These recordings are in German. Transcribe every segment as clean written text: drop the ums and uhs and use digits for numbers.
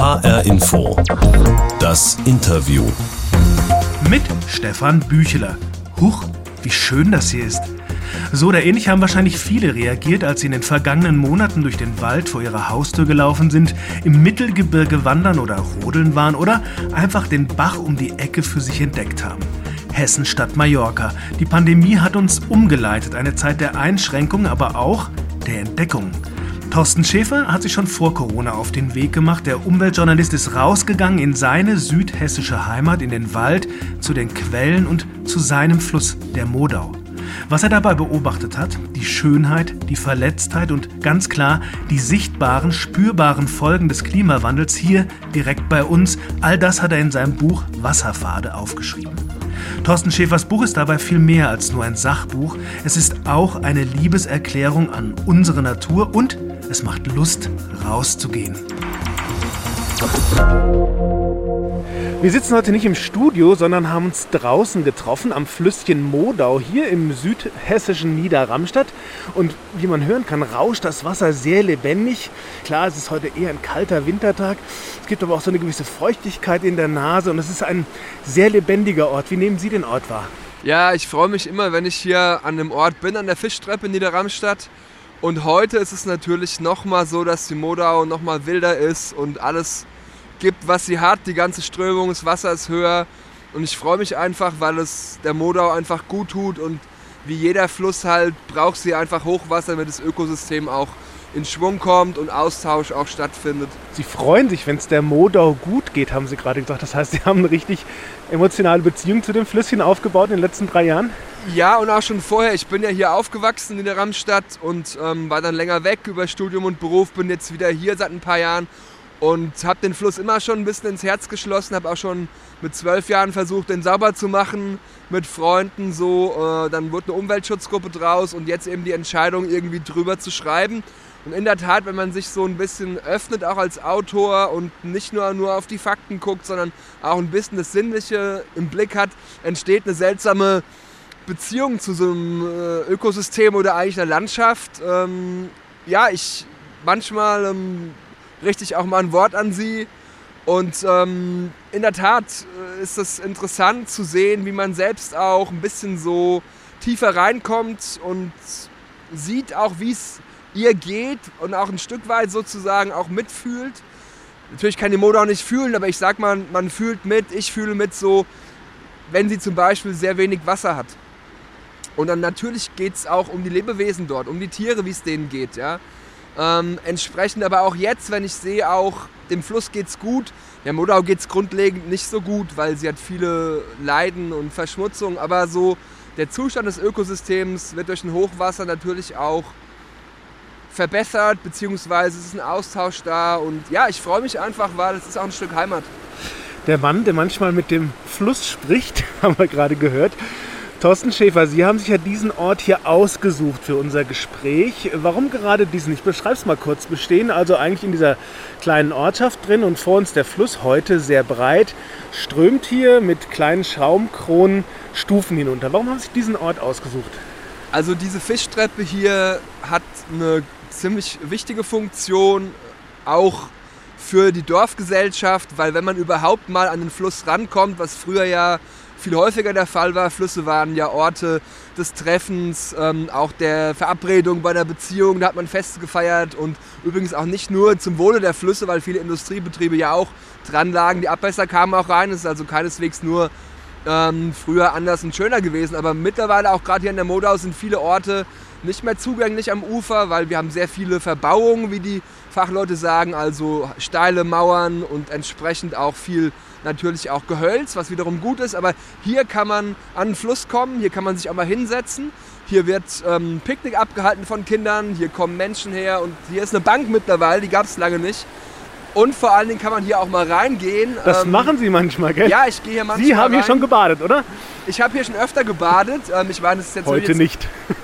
HR Info. Das Interview. Mit Stefan Bücheler. Huch, wie schön das hier ist. So oder ähnlich haben wahrscheinlich viele reagiert, als sie in den vergangenen Monaten durch den Wald vor ihrer Haustür gelaufen sind, im Mittelgebirge wandern oder rodeln waren oder einfach den Bach um die Ecke für sich entdeckt haben. Hessen statt Mallorca. Die Pandemie hat uns umgeleitet, eine Zeit der Einschränkung, aber auch der Entdeckung. Thorsten Schäfer hat sich schon vor Corona auf den Weg gemacht. Der Umweltjournalist ist rausgegangen in seine südhessische Heimat, in den Wald, zu den Quellen und zu seinem Fluss, der Modau. Was er dabei beobachtet hat, die Schönheit, die Verletztheit und ganz klar die sichtbaren, spürbaren Folgen des Klimawandels hier direkt bei uns, all das hat er in seinem Buch Wasserpfade aufgeschrieben. Thorsten Schäfers Buch ist dabei viel mehr als nur ein Sachbuch. Es ist auch eine Liebeserklärung an unsere Natur und es macht Lust, rauszugehen. Wir sitzen heute nicht im Studio, sondern haben uns draußen getroffen am Flüsschen Modau hier im südhessischen Niederramstadt. Und wie man hören kann, rauscht das Wasser sehr lebendig. Klar, es ist heute eher ein kalter Wintertag. Es gibt aber auch so eine gewisse Feuchtigkeit in der Nase und es ist ein sehr lebendiger Ort. Wie nehmen Sie den Ort wahr? Ja, ich freue mich immer, wenn ich hier an dem Ort bin, an der Fischtreppe in Niederramstadt. Und heute ist es natürlich nochmal so, dass die Modau nochmal wilder ist und alles gibt, was sie hat. Die ganze Strömung, das Wasser ist höher. Und ich freue mich einfach, weil es der Modau einfach gut tut. Und wie jeder Fluss halt, braucht sie einfach Hochwasser, damit das Ökosystem auch in Schwung kommt und Austausch auch stattfindet. Sie freuen sich, wenn es der Modau gut geht, haben Sie gerade gesagt. Das heißt, Sie haben eine richtig emotionale Beziehung zu dem Flüsschen aufgebaut in den letzten 3 Jahren? Ja, und auch schon vorher. Ich bin ja hier aufgewachsen in der Ramstadt und war dann länger weg über Studium und Beruf. Bin jetzt wieder hier seit ein paar Jahren und habe den Fluss immer schon ein bisschen ins Herz geschlossen. Habe auch schon mit 12 Jahren versucht, den sauber zu machen mit Freunden. Dann wurde eine Umweltschutzgruppe draus und jetzt eben die Entscheidung, irgendwie drüber zu schreiben. Und in der Tat, wenn man sich so ein bisschen öffnet, auch als Autor und nicht nur auf die Fakten guckt, sondern auch ein bisschen das Sinnliche im Blick hat, entsteht eine seltsame Beziehung zu so einem Ökosystem oder eigentlich einer Landschaft. Manchmal richte ich auch mal ein Wort an sie. Und in der Tat ist es interessant zu sehen, wie man selbst auch ein bisschen so tiefer reinkommt und sieht auch, wie es ihr geht und auch ein Stück weit sozusagen auch mitfühlt. Natürlich kann die Modau nicht fühlen, aber ich sag mal, man fühlt mit, ich fühle mit so, wenn sie zum Beispiel sehr wenig Wasser hat. Und dann natürlich geht es auch um die Lebewesen dort, um die Tiere, wie es denen geht. Ja? Entsprechend aber auch jetzt, wenn ich sehe, auch dem Fluss geht's gut. Der Modau geht's grundlegend nicht so gut, weil sie hat viele Leiden und Verschmutzung. Aber so der Zustand des Ökosystems wird durch ein Hochwasser natürlich auch verbessert, beziehungsweise es ist ein Austausch da. Und ja, ich freue mich einfach, weil es ist auch ein Stück Heimat. Der Mann, der manchmal mit dem Fluss spricht, haben wir gerade gehört. Thorsten Schäfer, Sie haben sich ja diesen Ort hier ausgesucht für unser Gespräch. Warum gerade diesen? Ich beschreibe es mal kurz. Wir stehen also eigentlich in dieser kleinen Ortschaft drin und vor uns der Fluss, heute sehr breit, strömt hier mit kleinen Schaumkronen Stufen hinunter. Warum haben Sie sich diesen Ort ausgesucht? Also diese Fischtreppe hier hat eine ziemlich wichtige Funktion, auch für die Dorfgesellschaft, weil wenn man überhaupt mal an den Fluss rankommt, was früher ja viel häufiger der Fall war. Flüsse waren ja Orte des Treffens, auch der Verabredung bei einer Beziehung, da hat man Feste gefeiert und übrigens auch nicht nur zum Wohle der Flüsse, weil viele Industriebetriebe ja auch dran lagen. Die Abwässer kamen auch rein, es ist also keineswegs nur früher anders und schöner gewesen, aber mittlerweile auch gerade hier in der Modau sind viele Orte nicht mehr zugänglich am Ufer, weil wir haben sehr viele Verbauungen, wie die Fachleute sagen, also steile Mauern und entsprechend auch viel natürlich auch Gehölz, was wiederum gut ist, aber hier kann man an den Fluss kommen, hier kann man sich auch mal hinsetzen, hier wird Picknick abgehalten von Kindern, hier kommen Menschen her und hier ist eine Bank mittlerweile, die gab es lange nicht. Und vor allen Dingen kann man hier auch mal reingehen. Das machen Sie manchmal, gell? Ja, ich gehe hier manchmal Sie haben rein. Hier schon gebadet, oder? Ich habe hier schon öfter gebadet. Ich meine, das ist jetzt heute nicht.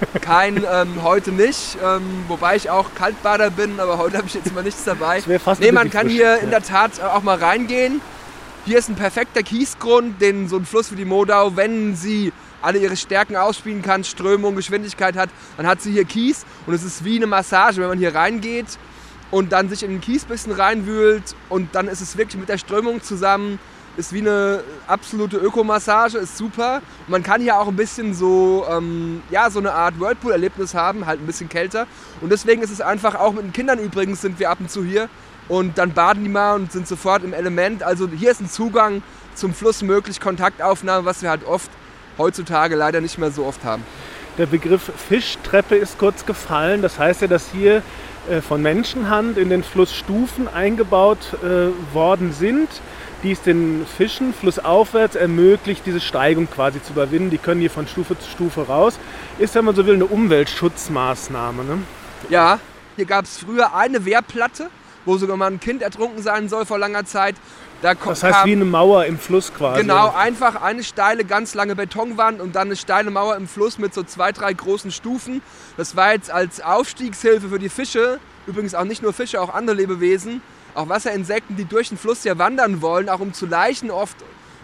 Heute nicht. Wobei ich auch Kaltbader bin, aber heute habe ich jetzt mal nichts dabei. Das wäre fast man kann hier in der Tat auch mal reingehen. Hier ist ein perfekter Kiesgrund, den so ein Fluss wie die Modau, wenn sie alle ihre Stärken ausspielen kann, Strömung, Geschwindigkeit hat, dann hat sie hier Kies und es ist wie eine Massage, wenn man hier reingeht. und dann sich in den Kies ein bisschen reinwühlt und dann ist es wirklich mit der Strömung zusammen, ist wie eine absolute Ökomassage, ist super. Und man kann hier auch ein bisschen so eine Art Whirlpool-Erlebnis haben, halt ein bisschen kälter. Und deswegen ist es einfach, auch mit den Kindern übrigens sind wir ab und zu hier und dann baden die mal und sind sofort im Element. Also hier ist ein Zugang zum Fluss möglich, Kontaktaufnahme, was wir halt oft heutzutage leider nicht mehr so oft haben. Der Begriff Fischtreppe ist kurz gefallen. Das heißt ja, dass hier von Menschenhand in den Fluss Stufen eingebaut worden sind, die es den Fischen flussaufwärts ermöglicht, diese Steigung quasi zu überwinden. Die können hier von Stufe zu Stufe raus. Ist, wenn man so will, eine Umweltschutzmaßnahme, ne? Ja, hier gab es früher eine Wehrplatte, wo sogar mal ein Kind ertrunken sein soll vor langer Zeit. Das heißt wie eine Mauer im Fluss quasi. Genau, einfach eine steile, ganz lange Betonwand und dann eine steile Mauer im Fluss mit so 2, 3 großen Stufen. Das war jetzt als Aufstiegshilfe für die Fische, übrigens auch nicht nur Fische, auch andere Lebewesen, auch Wasserinsekten, die durch den Fluss ja wandern wollen, auch um zu laichen oft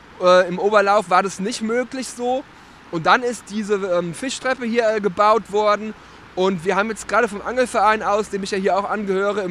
im Oberlauf war das nicht möglich so. Und dann ist diese Fischtreppe hier gebaut worden. Und wir haben jetzt gerade vom Angelverein aus, dem ich ja hier auch angehöre,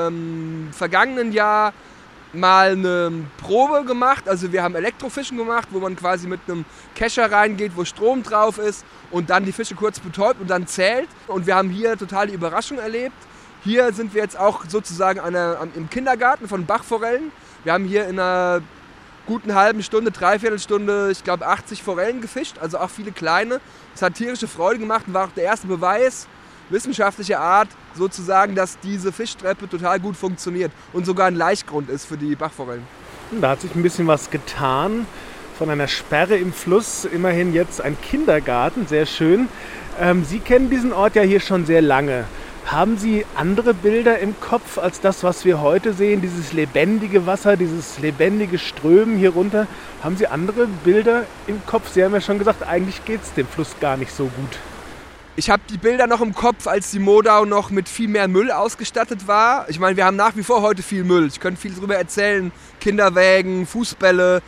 im vergangenen Jahr mal eine Probe gemacht. Also wir haben Elektrofischen gemacht, wo man quasi mit einem Kescher reingeht, wo Strom drauf ist und dann die Fische kurz betäubt und dann zählt. Und wir haben hier total die Überraschung erlebt. Hier sind wir jetzt auch sozusagen im Kindergarten von Bachforellen. Wir haben hier in einer guten halben Stunde, Dreiviertelstunde, ich glaube 80 Forellen gefischt, also auch viele kleine. Es hat tierische Freude gemacht und war auch der erste Beweis wissenschaftlicher Art sozusagen, dass diese Fischtreppe total gut funktioniert und sogar ein Laichgrund ist für die Bachforellen. Da hat sich ein bisschen was getan. Von einer Sperre im Fluss immerhin jetzt ein Kindergarten, sehr schön. Sie kennen diesen Ort ja hier schon sehr lange. Haben Sie andere Bilder im Kopf als das, was wir heute sehen? Dieses lebendige Wasser, dieses lebendige Strömen hier runter. Haben Sie andere Bilder im Kopf? Sie haben ja schon gesagt, eigentlich geht es dem Fluss gar nicht so gut. Ich habe die Bilder noch im Kopf, als die Modau noch mit viel mehr Müll ausgestattet war. Ich meine, wir haben nach wie vor heute viel Müll. Ich könnte viel darüber erzählen. Kinderwägen, Fußbälle,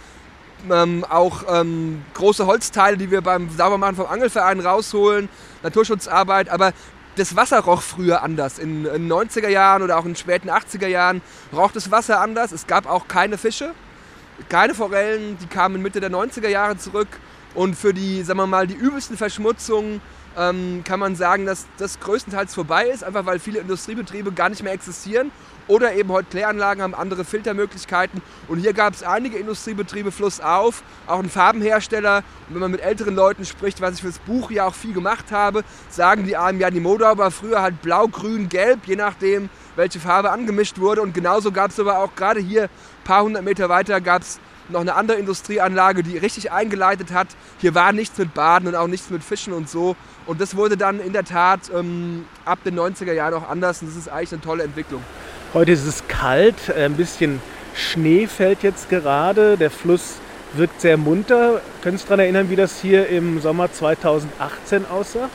auch große Holzteile, die wir beim Saubermachen vom Angelverein rausholen, Naturschutzarbeit. Aber das Wasser roch früher anders. In den 90er Jahren oder auch in den späten 80er Jahren roch das Wasser anders. Es gab auch keine Fische, keine Forellen, die kamen Mitte der 90er Jahre zurück. Und für die, sagen wir mal, die übelsten Verschmutzungen kann man sagen, dass das größtenteils vorbei ist, einfach weil viele Industriebetriebe gar nicht mehr existieren oder eben heute Kläranlagen haben, andere Filtermöglichkeiten. Und hier gab es einige Industriebetriebe flussauf, auch ein Farbenhersteller. Und wenn man mit älteren Leuten spricht, was ich fürs Buch ja auch viel gemacht habe, sagen die einem, ja, die Modau war früher halt blau, grün, gelb, je nachdem, welche Farbe angemischt wurde. Und genauso gab es aber auch gerade hier, ein paar hundert Meter weiter, gab es noch eine andere Industrieanlage, die richtig eingeleitet hat. Hier war nichts mit Baden und auch nichts mit Fischen und so. Und das wurde dann in der Tat ab den 90er Jahren auch anders. Und das ist eigentlich eine tolle Entwicklung. Heute ist es kalt, ein bisschen Schnee fällt jetzt gerade. Der Fluss wirkt sehr munter. Können Sie sich daran erinnern, wie das hier im Sommer 2018 aussah?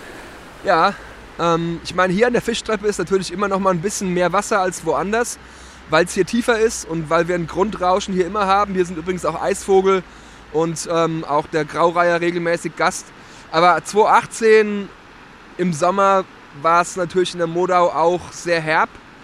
Ja, ich meine, hier an der Fischtreppe ist natürlich immer noch mal ein bisschen mehr Wasser als woanders, weil es hier tiefer ist und weil wir ein Grundrauschen hier immer haben. Hier sind übrigens auch Eisvogel und auch der Graureiher regelmäßig Gast. Aber 2018 im Sommer war es natürlich in der Modau auch sehr herb.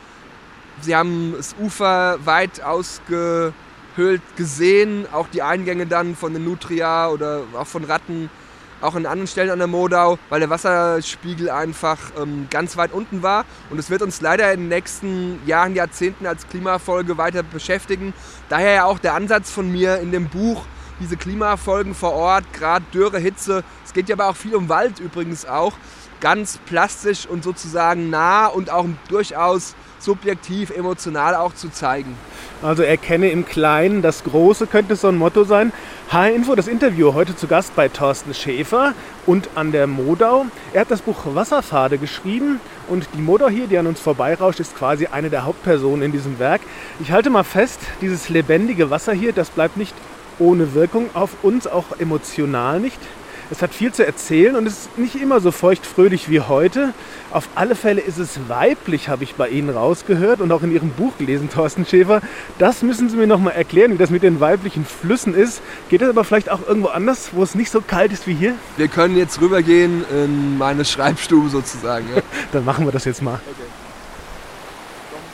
Sie haben das Ufer weit ausgehöhlt gesehen, auch die Eingänge dann von den Nutria oder auch von Ratten, auch an anderen Stellen an der Modau, weil der Wasserspiegel einfach ganz weit unten war. Und es wird uns leider in den nächsten Jahren, Jahrzehnten als Klimafolge weiter beschäftigen. Daher ja auch der Ansatz von mir in dem Buch, diese Klimafolgen vor Ort, gerade Dürre, Hitze. Es geht ja aber auch viel um Wald übrigens auch, ganz plastisch und sozusagen nah und auch durchaus subjektiv, emotional auch zu zeigen. Also erkenne im Kleinen das Große, könnte so ein Motto sein. HR-Info, das Interview heute zu Gast bei Thorsten Schäfer und an der Modau. Er hat das Buch Wasserpfade geschrieben und die Modau hier, die an uns vorbeirauscht, ist quasi eine der Hauptpersonen in diesem Werk. Ich halte mal fest, dieses lebendige Wasser hier, das bleibt nicht ohne Wirkung auf uns, auch emotional nicht. Es hat viel zu erzählen und es ist nicht immer so feuchtfröhlich wie heute. Auf alle Fälle ist es weiblich, habe ich bei Ihnen rausgehört und auch in Ihrem Buch gelesen, Thorsten Schäfer. Das müssen Sie mir noch mal erklären, wie das mit den weiblichen Flüssen ist. Geht das aber vielleicht auch irgendwo anders, wo es nicht so kalt ist wie hier? Wir können jetzt rübergehen in meine Schreibstube sozusagen. Ja. Dann machen wir das jetzt mal. Okay.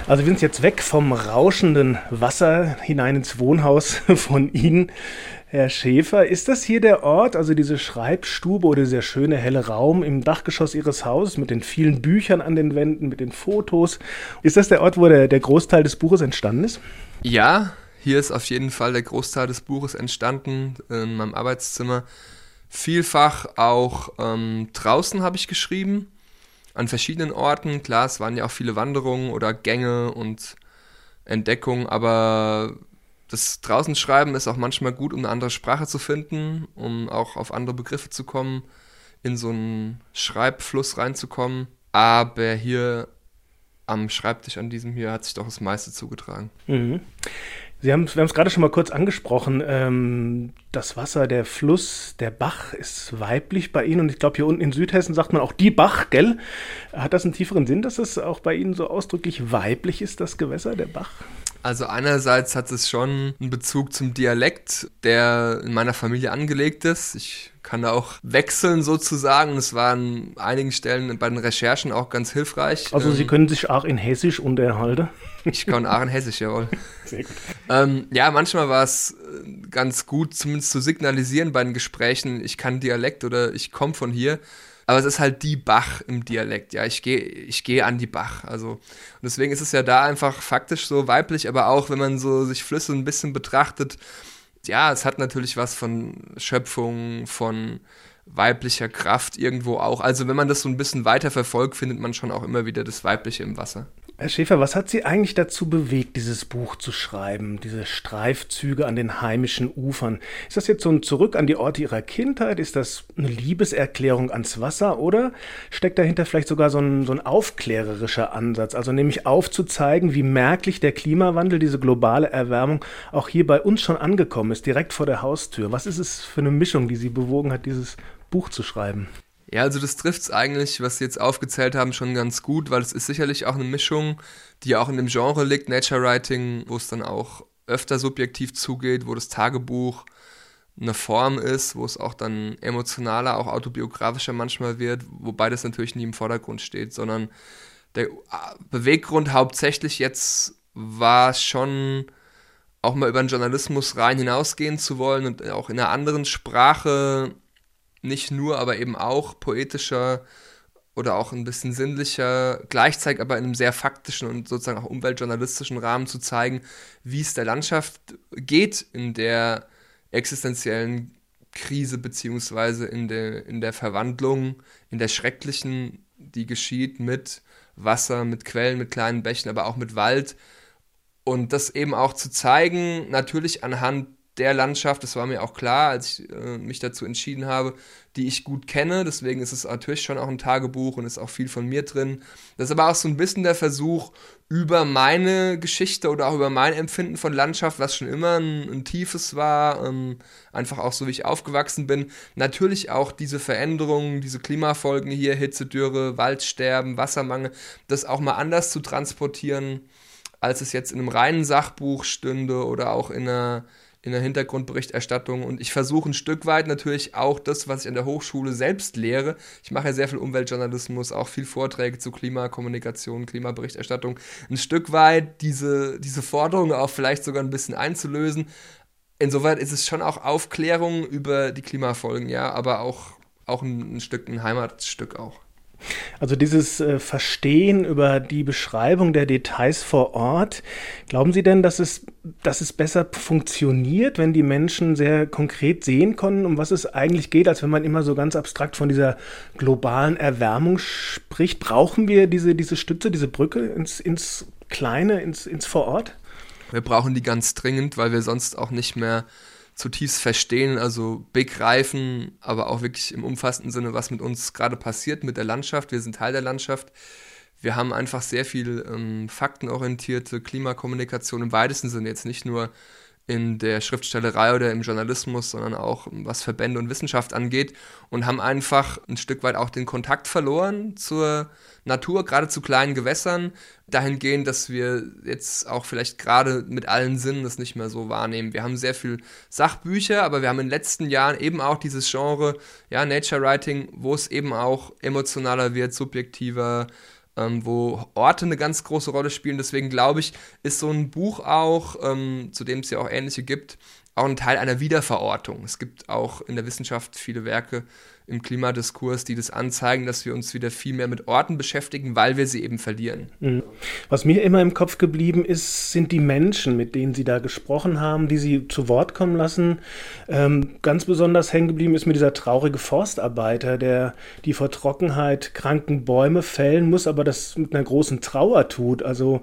Also wir sind jetzt weg vom rauschenden Wasser hinein ins Wohnhaus von Ihnen, Herr Schäfer. Ist das hier der Ort, also diese Schreibstube oder dieser schöne helle Raum im Dachgeschoss Ihres Hauses mit den vielen Büchern an den Wänden, mit den Fotos? Ist das der Ort, wo der Großteil des Buches entstanden ist? Ja, hier ist auf jeden Fall der Großteil des Buches entstanden, in meinem Arbeitszimmer. Vielfach auch draußen habe ich geschrieben, an verschiedenen Orten. Klar, es waren ja auch viele Wanderungen oder Gänge und Entdeckungen, aber das Draußenschreiben ist auch manchmal gut, um eine andere Sprache zu finden, um auch auf andere Begriffe zu kommen, in so einen Schreibfluss reinzukommen. Aber hier am Schreibtisch an diesem hier hat sich doch das meiste zugetragen. Mhm. Wir haben es gerade schon mal kurz angesprochen, das Wasser, der Fluss, der Bach ist weiblich bei Ihnen und ich glaube hier unten in Südhessen sagt man auch die Bach, gell? Hat das einen tieferen Sinn, dass es auch bei Ihnen so ausdrücklich weiblich ist, das Gewässer, der Bach? Also einerseits hat es schon einen Bezug zum Dialekt, der in meiner Familie angelegt ist. Ich kann da auch wechseln sozusagen. Es war an einigen Stellen bei den Recherchen auch ganz hilfreich. Also Sie können sich auch in Hessisch unterhalten? Ich kann auch in Hessisch, jawohl. Sehr gut. Ja, manchmal war es ganz gut, zumindest zu signalisieren bei den Gesprächen, ich kann Dialekt oder ich komme von hier. Aber es ist halt die Bach im Dialekt, ja, ich gehe an die Bach, also und deswegen ist es ja da einfach faktisch so weiblich, aber auch wenn man so sich Flüsse ein bisschen betrachtet, ja, es hat natürlich was von Schöpfung, von weiblicher Kraft irgendwo auch, also wenn man das so ein bisschen weiter verfolgt, findet man schon auch immer wieder das Weibliche im Wasser. Herr Schäfer, was hat Sie eigentlich dazu bewegt, dieses Buch zu schreiben, diese Streifzüge an den heimischen Ufern? Ist das jetzt so ein Zurück an die Orte Ihrer Kindheit? Ist das eine Liebeserklärung ans Wasser? Oder steckt dahinter vielleicht sogar so ein aufklärerischer Ansatz? Also nämlich aufzuzeigen, wie merklich der Klimawandel, diese globale Erwärmung auch hier bei uns schon angekommen ist, direkt vor der Haustür. Was ist es für eine Mischung, die Sie bewogen hat, dieses Buch zu schreiben? Ja, also das trifft es eigentlich, was Sie jetzt aufgezählt haben, schon ganz gut, weil es ist sicherlich auch eine Mischung, die auch in dem Genre liegt, Nature Writing, wo es dann auch öfter subjektiv zugeht, wo das Tagebuch eine Form ist, wo es auch dann emotionaler, auch autobiografischer manchmal wird, wobei das natürlich nie im Vordergrund steht, sondern der Beweggrund hauptsächlich jetzt war schon auch mal über den Journalismus rein hinausgehen zu wollen und auch in einer anderen Sprache nicht nur, aber eben auch poetischer oder auch ein bisschen sinnlicher, gleichzeitig aber in einem sehr faktischen und sozusagen auch umweltjournalistischen Rahmen zu zeigen, wie es der Landschaft geht in der existenziellen Krise beziehungsweise in der Verwandlung, in der schrecklichen, die geschieht mit Wasser, mit Quellen, mit kleinen Bächen, aber auch mit Wald. Und das eben auch zu zeigen, natürlich anhand der Landschaft, das war mir auch klar, als ich mich dazu entschieden habe, die ich gut kenne. Deswegen ist es natürlich schon auch ein Tagebuch und ist auch viel von mir drin. Das ist aber auch so ein bisschen der Versuch, über meine Geschichte oder auch über mein Empfinden von Landschaft, was schon immer ein tiefes war, einfach auch so, wie ich aufgewachsen bin, natürlich auch diese Veränderungen, diese Klimafolgen hier, Hitzedürre, Waldsterben, Wassermangel, das auch mal anders zu transportieren, als es jetzt in einem reinen Sachbuch stünde oder auch in einer Hintergrundberichterstattung, und ich versuche ein Stück weit natürlich auch das, was ich an der Hochschule selbst lehre. Ich mache ja sehr viel Umweltjournalismus, auch viel Vorträge zu Klimakommunikation, Klimaberichterstattung, ein Stück weit diese Forderungen auch vielleicht sogar ein bisschen einzulösen. Insoweit ist es schon auch Aufklärung über die Klimafolgen, ja, aber auch ein Stück, ein Heimatstück auch. Also dieses Verstehen über die Beschreibung der Details vor Ort, glauben Sie denn, dass es besser funktioniert, wenn die Menschen sehr konkret sehen können, um was es eigentlich geht, als wenn man immer so ganz abstrakt von dieser globalen Erwärmung spricht? Brauchen wir diese Stütze, diese Brücke ins Kleine, ins Vorort? Wir brauchen die ganz dringend, weil wir sonst auch nicht mehr zutiefst verstehen, also begreifen, aber auch wirklich im umfassenden Sinne, was mit uns gerade passiert, mit der Landschaft. Wir sind Teil der Landschaft. Wir haben einfach sehr viel faktenorientierte Klimakommunikation im weitesten Sinne, jetzt nicht nur in der Schriftstellerei oder im Journalismus, sondern auch was Verbände und Wissenschaft angeht, und haben einfach ein Stück weit auch den Kontakt verloren zur Natur, gerade zu kleinen Gewässern, dahingehend, dass wir jetzt auch vielleicht gerade mit allen Sinnen das nicht mehr so wahrnehmen. Wir haben sehr viel Sachbücher, aber wir haben in den letzten Jahren eben auch dieses Genre, ja, Nature Writing, wo es eben auch emotionaler wird, subjektiver, wo Orte eine ganz große Rolle spielen. Deswegen glaube ich, ist so ein Buch auch, zu dem es ja auch ähnliche gibt, auch ein Teil einer Wiederverortung. Es gibt auch in der Wissenschaft viele Werke im Klimadiskurs, die das anzeigen, dass wir uns wieder viel mehr mit Orten beschäftigen, weil wir sie eben verlieren. Was mir immer im Kopf geblieben ist, sind die Menschen, mit denen Sie da gesprochen haben, die Sie zu Wort kommen lassen. Ganz besonders hängen geblieben ist mir dieser traurige Forstarbeiter, der die vor Trockenheit kranken Bäume fällen muss, aber das mit einer großen Trauer tut. Also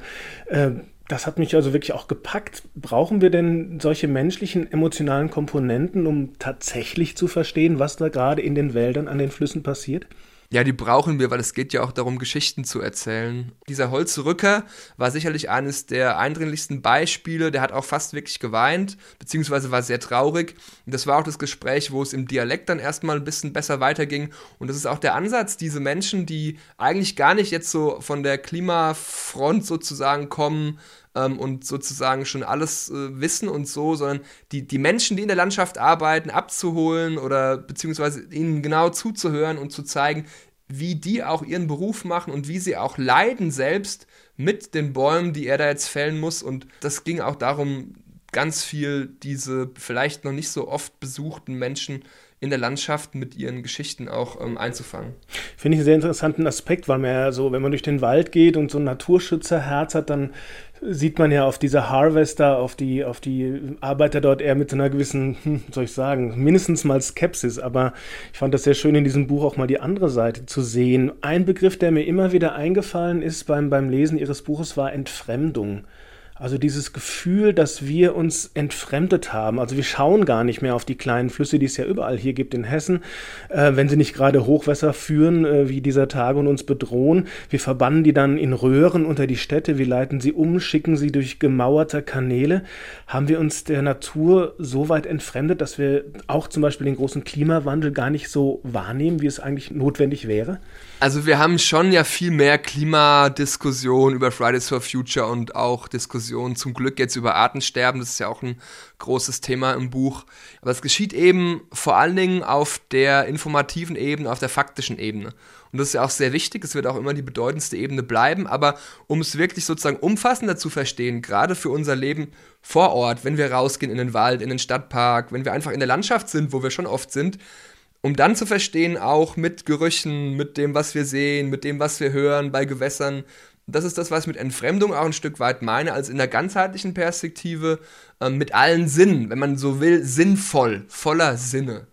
das hat mich also wirklich auch gepackt. Brauchen wir denn solche menschlichen, emotionalen Komponenten, um tatsächlich zu verstehen, was da gerade in den Wäldern, an den Flüssen passiert? Ja, die brauchen wir, weil es geht ja auch darum, Geschichten zu erzählen. Dieser Holzrücker war sicherlich eines der eindringlichsten Beispiele. Der hat auch fast wirklich geweint, beziehungsweise war sehr traurig. Und das war auch das Gespräch, wo es im Dialekt dann erstmal ein bisschen besser weiterging. Und das ist auch der Ansatz, diese Menschen, die eigentlich gar nicht jetzt so von der Klimafront sozusagen kommen, und sozusagen schon alles wissen und so, sondern die Menschen, die in der Landschaft arbeiten, abzuholen oder beziehungsweise ihnen genau zuzuhören und zu zeigen, wie die auch ihren Beruf machen und wie sie auch leiden selbst mit den Bäumen, die er da jetzt fällen muss. Und das ging auch darum, ganz viel diese vielleicht noch nicht so oft besuchten Menschen in der Landschaft mit ihren Geschichten auch einzufangen. Finde ich einen sehr interessanten Aspekt, weil man ja so, wenn man durch den Wald geht und so ein Naturschützerherz hat, dann sieht man ja auf diese Harvester, auf die Arbeiter dort eher mit so einer gewissen, soll ich sagen, mindestens mal Skepsis. Aber ich fand das sehr schön, in diesem Buch auch mal die andere Seite zu sehen. Ein Begriff, der mir immer wieder eingefallen ist beim Lesen Ihres Buches, war Entfremdung. Also dieses Gefühl, dass wir uns entfremdet haben. Also wir schauen gar nicht mehr auf die kleinen Flüsse, die es ja überall hier gibt in Hessen, wenn sie nicht gerade Hochwässer führen, wie dieser Tage und uns bedrohen. Wir verbannen die dann in Röhren unter die Städte, wir leiten sie um, schicken sie durch gemauerte Kanäle. Haben wir uns der Natur so weit entfremdet, dass wir auch zum Beispiel den großen Klimawandel gar nicht so wahrnehmen, wie es eigentlich notwendig wäre? Also wir haben schon ja viel mehr Klimadiskussion über Fridays for Future und auch Diskussionen zum Glück jetzt über Artensterben. Das ist ja auch ein großes Thema im Buch. Aber es geschieht eben vor allen Dingen auf der informativen Ebene, auf der faktischen Ebene. Und das ist ja auch sehr wichtig. Es wird auch immer die bedeutendste Ebene bleiben. Aber um es wirklich sozusagen umfassender zu verstehen, gerade für unser Leben vor Ort, wenn wir rausgehen in den Wald, in den Stadtpark, wenn wir einfach in der Landschaft sind, wo wir schon oft sind, um dann zu verstehen, auch mit Gerüchen, mit dem, was wir sehen, mit dem, was wir hören, bei Gewässern. Das ist das, was ich mit Entfremdung auch ein Stück weit meine, als in der ganzheitlichen Perspektive mit allen Sinnen, wenn man so will, sinnvoll, voller Sinne.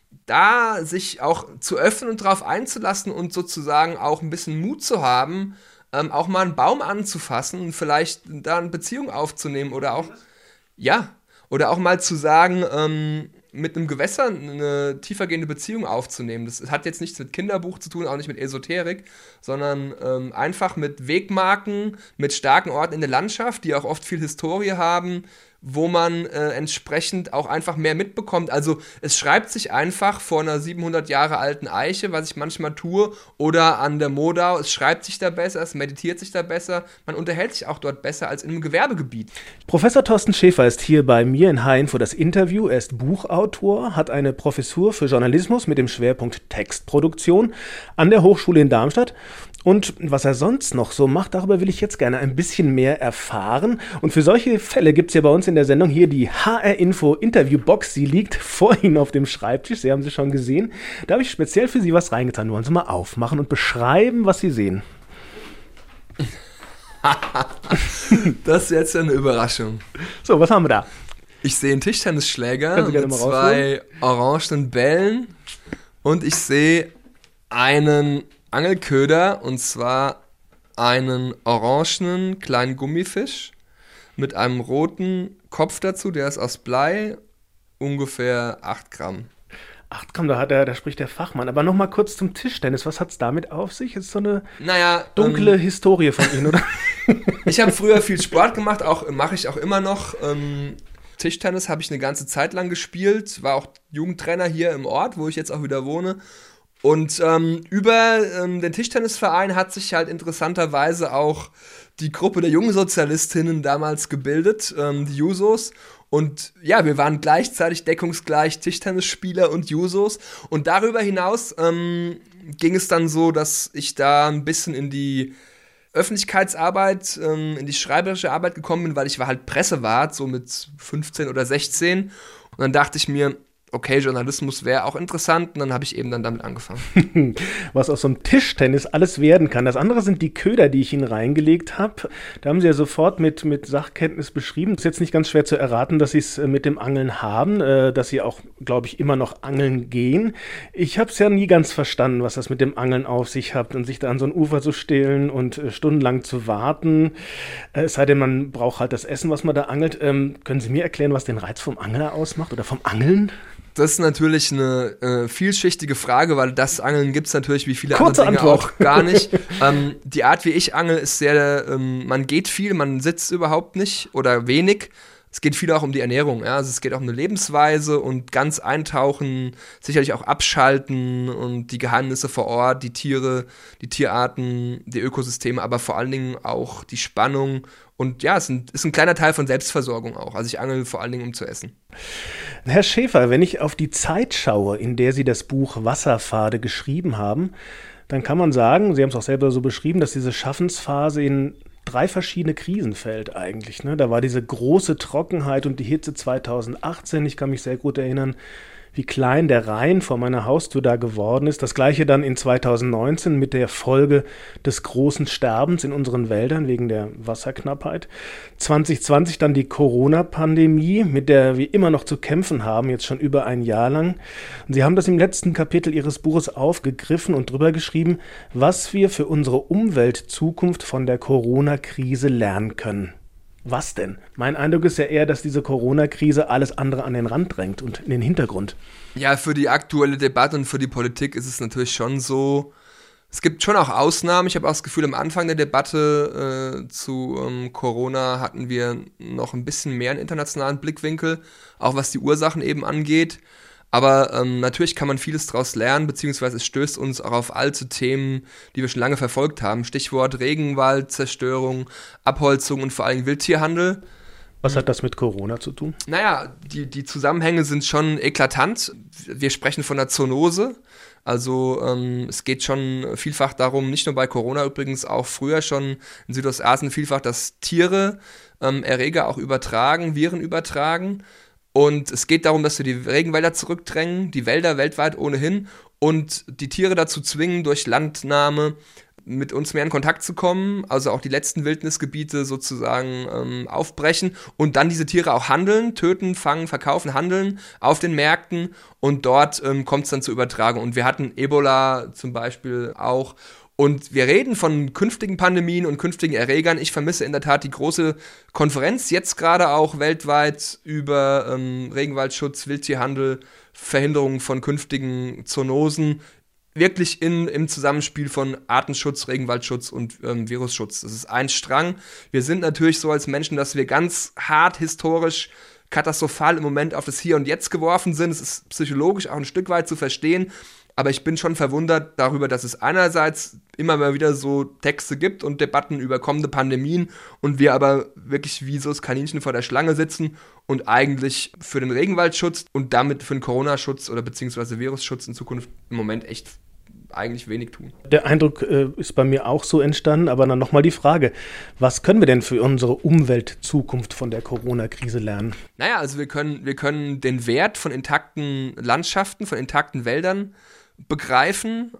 Da sich auch zu öffnen und darauf einzulassen und sozusagen auch ein bisschen Mut zu haben, auch mal einen Baum anzufassen und vielleicht da eine Beziehung aufzunehmen oder auch, ja, oder auch mal zu sagen, mit einem Gewässer eine tiefergehende Beziehung aufzunehmen. Das hat jetzt nichts mit Kinderbuch zu tun, auch nicht mit Esoterik, sondern einfach mit Wegmarken, mit starken Orten in der Landschaft, die auch oft viel Historie haben, wo man entsprechend auch einfach mehr mitbekommt. Also es schreibt sich einfach vor einer 700 Jahre alten Eiche, was ich manchmal tue, oder an der Modau, es schreibt sich da besser, es meditiert sich da besser, man unterhält sich auch dort besser als in einem Gewerbegebiet. Professor Thorsten Schäfer ist hier bei mir in Hain für das Interview. Er ist Buchautor, hat eine Professur für Journalismus mit dem Schwerpunkt Textproduktion an der Hochschule in Darmstadt. Und was er sonst noch so macht, darüber will ich jetzt gerne ein bisschen mehr erfahren. Und für solche Fälle gibt es ja bei uns in der Sendung hier die HR-Info-Interview-Box. Sie liegt vor Ihnen auf dem Schreibtisch, Sie haben sie schon gesehen. Da habe ich speziell für Sie was reingetan. Wollen Sie mal aufmachen und beschreiben, was Sie sehen? Das ist jetzt eine Überraschung. So, was haben wir da? Ich sehe einen Tischtennisschläger mit zwei orangenen Bällen und ich sehe einen Angelköder, und zwar einen orangenen kleinen Gummifisch mit einem roten Kopf dazu, der ist aus Blei, ungefähr 8 Gramm. 8 Gramm, da spricht der Fachmann. Aber nochmal kurz zum Tischtennis, was hat es damit auf sich? Ist so eine dunkle Historie von Ihnen, oder? Ich habe früher viel Sport gemacht, mache ich auch immer noch. Tischtennis habe ich eine ganze Zeit lang gespielt, war auch Jugendtrainer hier im Ort, wo ich jetzt auch wieder wohne. Und über den Tischtennisverein hat sich halt interessanterweise auch die Gruppe der Jungsozialistinnen damals gebildet, die Jusos. Und ja, wir waren gleichzeitig deckungsgleich Tischtennisspieler und Jusos. Und darüber hinaus ging es dann so, dass ich da ein bisschen in die Öffentlichkeitsarbeit, in die schreiberische Arbeit gekommen bin, weil ich war halt Pressewart, so mit 15 oder 16. Und dann dachte ich mir, okay, Journalismus wäre auch interessant, und dann habe ich eben dann damit angefangen. Was aus so einem Tischtennis alles werden kann. Das andere sind die Köder, die ich Ihnen reingelegt habe. Da haben Sie ja sofort mit Sachkenntnis beschrieben. Es ist jetzt nicht ganz schwer zu erraten, dass Sie es mit dem Angeln haben, dass Sie auch, glaube ich, immer noch angeln gehen. Ich habe es ja nie ganz verstanden, was das mit dem Angeln auf sich hat und sich da an so ein Ufer zu stellen und stundenlang zu warten. Es sei denn, man braucht halt das Essen, was man da angelt. Können Sie mir erklären, was den Reiz vom Angler ausmacht oder vom Angeln? Das ist natürlich eine vielschichtige Frage, weil das Angeln gibt es natürlich wie viele Kurze andere Dinge Antwort. auch gar nicht. Die Art, wie ich angel, ist sehr, man geht viel, man sitzt überhaupt nicht oder wenig. Es geht viel auch um die Ernährung, ja? Also es geht auch um eine Lebensweise und ganz eintauchen, sicherlich auch abschalten und die Geheimnisse vor Ort, die Tiere, die Tierarten, die Ökosysteme, aber vor allen Dingen auch die Spannung. Und ja, es ist ein kleiner Teil von Selbstversorgung auch. Also ich angel vor allen Dingen, um zu essen. Herr Schäfer, wenn ich auf die Zeit schaue, in der Sie das Buch Wasserpfade geschrieben haben, dann kann man sagen, Sie haben es auch selber so beschrieben, dass diese Schaffensphase in 3 verschiedene Krisen fällt eigentlich. Ne? Da war diese große Trockenheit und die Hitze 2018. Ich kann mich sehr gut erinnern, wie klein der Rhein vor meiner Haustür da geworden ist. Das gleiche dann in 2019 mit der Folge des großen Sterbens in unseren Wäldern wegen der Wasserknappheit. 2020 dann die Corona-Pandemie, mit der wir immer noch zu kämpfen haben, jetzt schon über ein Jahr lang. Und Sie haben das im letzten Kapitel Ihres Buches aufgegriffen und drüber geschrieben, was wir für unsere Umweltzukunft von der Corona-Krise lernen können. Was denn? Mein Eindruck ist ja eher, dass diese Corona-Krise alles andere an den Rand drängt und in den Hintergrund. Ja, für die aktuelle Debatte und für die Politik ist es natürlich schon so, es gibt schon auch Ausnahmen. Ich habe auch das Gefühl, am Anfang der Debatte zu Corona hatten wir noch ein bisschen mehr einen internationalen Blickwinkel, auch was die Ursachen eben angeht. Aber natürlich kann man vieles daraus lernen, beziehungsweise es stößt uns auch auf alte Themen, die wir schon lange verfolgt haben. Stichwort Regenwaldzerstörung, Abholzung und vor allem Wildtierhandel. Was hat das mit Corona zu tun? Naja, die Zusammenhänge sind schon eklatant. Wir sprechen von einer Zoonose. Also es geht schon vielfach darum, nicht nur bei Corona übrigens, auch früher schon in Südostasien vielfach, dass Tiere Erreger auch übertragen, Viren übertragen. Und es geht darum, dass wir die Regenwälder zurückdrängen, die Wälder weltweit ohnehin, und die Tiere dazu zwingen, durch Landnahme mit uns mehr in Kontakt zu kommen, also auch die letzten Wildnisgebiete sozusagen aufbrechen und dann diese Tiere auch handeln, töten, fangen, verkaufen, handeln auf den Märkten, und dort kommt es dann zur Übertragung. Und wir hatten Ebola zum Beispiel auch. Und wir reden von künftigen Pandemien und künftigen Erregern. Ich vermisse in der Tat die große Konferenz, jetzt gerade auch weltweit, über Regenwaldschutz, Wildtierhandel, Verhinderung von künftigen Zoonosen, wirklich im Zusammenspiel von Artenschutz, Regenwaldschutz und Virusschutz. Das ist ein Strang. Wir sind natürlich so als Menschen, dass wir ganz hart historisch katastrophal im Moment auf das Hier und Jetzt geworfen sind. Es ist psychologisch auch ein Stück weit zu verstehen. Aber ich bin schon verwundert darüber, dass es einerseits immer mal wieder so Texte gibt und Debatten über kommende Pandemien und wir aber wirklich wie so das Kaninchen vor der Schlange sitzen und eigentlich für den Regenwaldschutz und damit für den Corona-Schutz oder beziehungsweise Virusschutz in Zukunft im Moment echt eigentlich wenig tun. Der Eindruck ist bei mir auch so entstanden, aber dann nochmal die Frage, was können wir denn für unsere Umweltzukunft von der Corona-Krise lernen? Naja, also wir können den Wert von intakten Landschaften, von intakten Wäldern begreifen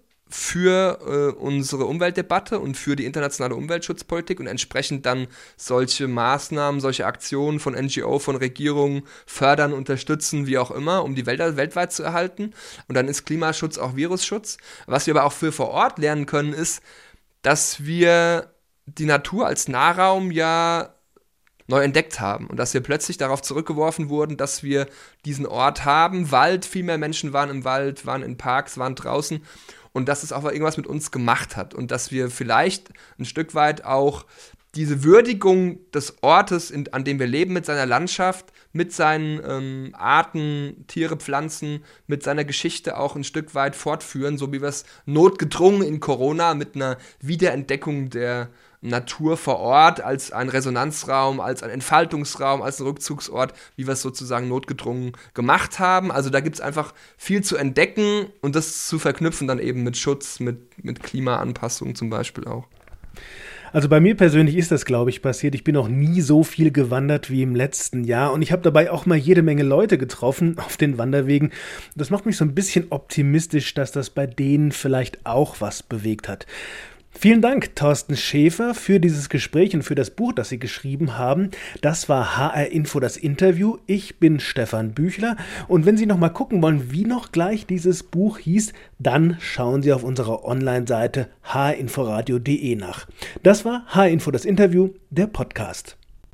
für unsere Umweltdebatte und für die internationale Umweltschutzpolitik und entsprechend dann solche Maßnahmen, solche Aktionen von NGO, von Regierungen fördern, unterstützen, wie auch immer, um die Wälder weltweit zu erhalten. Und dann ist Klimaschutz auch Virusschutz. Was wir aber auch für vor Ort lernen können, ist, dass wir die Natur als Nahraum ja neu entdeckt haben und dass wir plötzlich darauf zurückgeworfen wurden, dass wir diesen Ort haben, Wald, viel mehr Menschen waren im Wald, waren in Parks, waren draußen, und dass es auch irgendwas mit uns gemacht hat und dass wir vielleicht ein Stück weit auch diese Würdigung des Ortes, an dem wir leben, mit seiner Landschaft, mit seinen Arten, Tiere, Pflanzen, mit seiner Geschichte auch ein Stück weit fortführen, so wie wir es notgedrungen in Corona mit einer Wiederentdeckung der Natur vor Ort, als ein Resonanzraum, als ein Entfaltungsraum, als ein Rückzugsort, wie wir es sozusagen notgedrungen gemacht haben. Also da gibt es einfach viel zu entdecken und das zu verknüpfen dann eben mit Schutz, mit Klimaanpassung zum Beispiel auch. Also bei mir persönlich ist das, glaube ich, passiert. Ich bin noch nie so viel gewandert wie im letzten Jahr und ich habe dabei auch mal jede Menge Leute getroffen auf den Wanderwegen. Das macht mich so ein bisschen optimistisch, dass das bei denen vielleicht auch was bewegt hat. Vielen Dank, Thorsten Schäfer, für dieses Gespräch und für das Buch, das Sie geschrieben haben. Das war HR Info, das Interview. Ich bin Stefan Büchler und wenn Sie noch mal gucken wollen, wie noch gleich dieses Buch hieß, dann schauen Sie auf unserer Online-Seite hrinforadio.de nach. Das war HR Info, das Interview, der Podcast.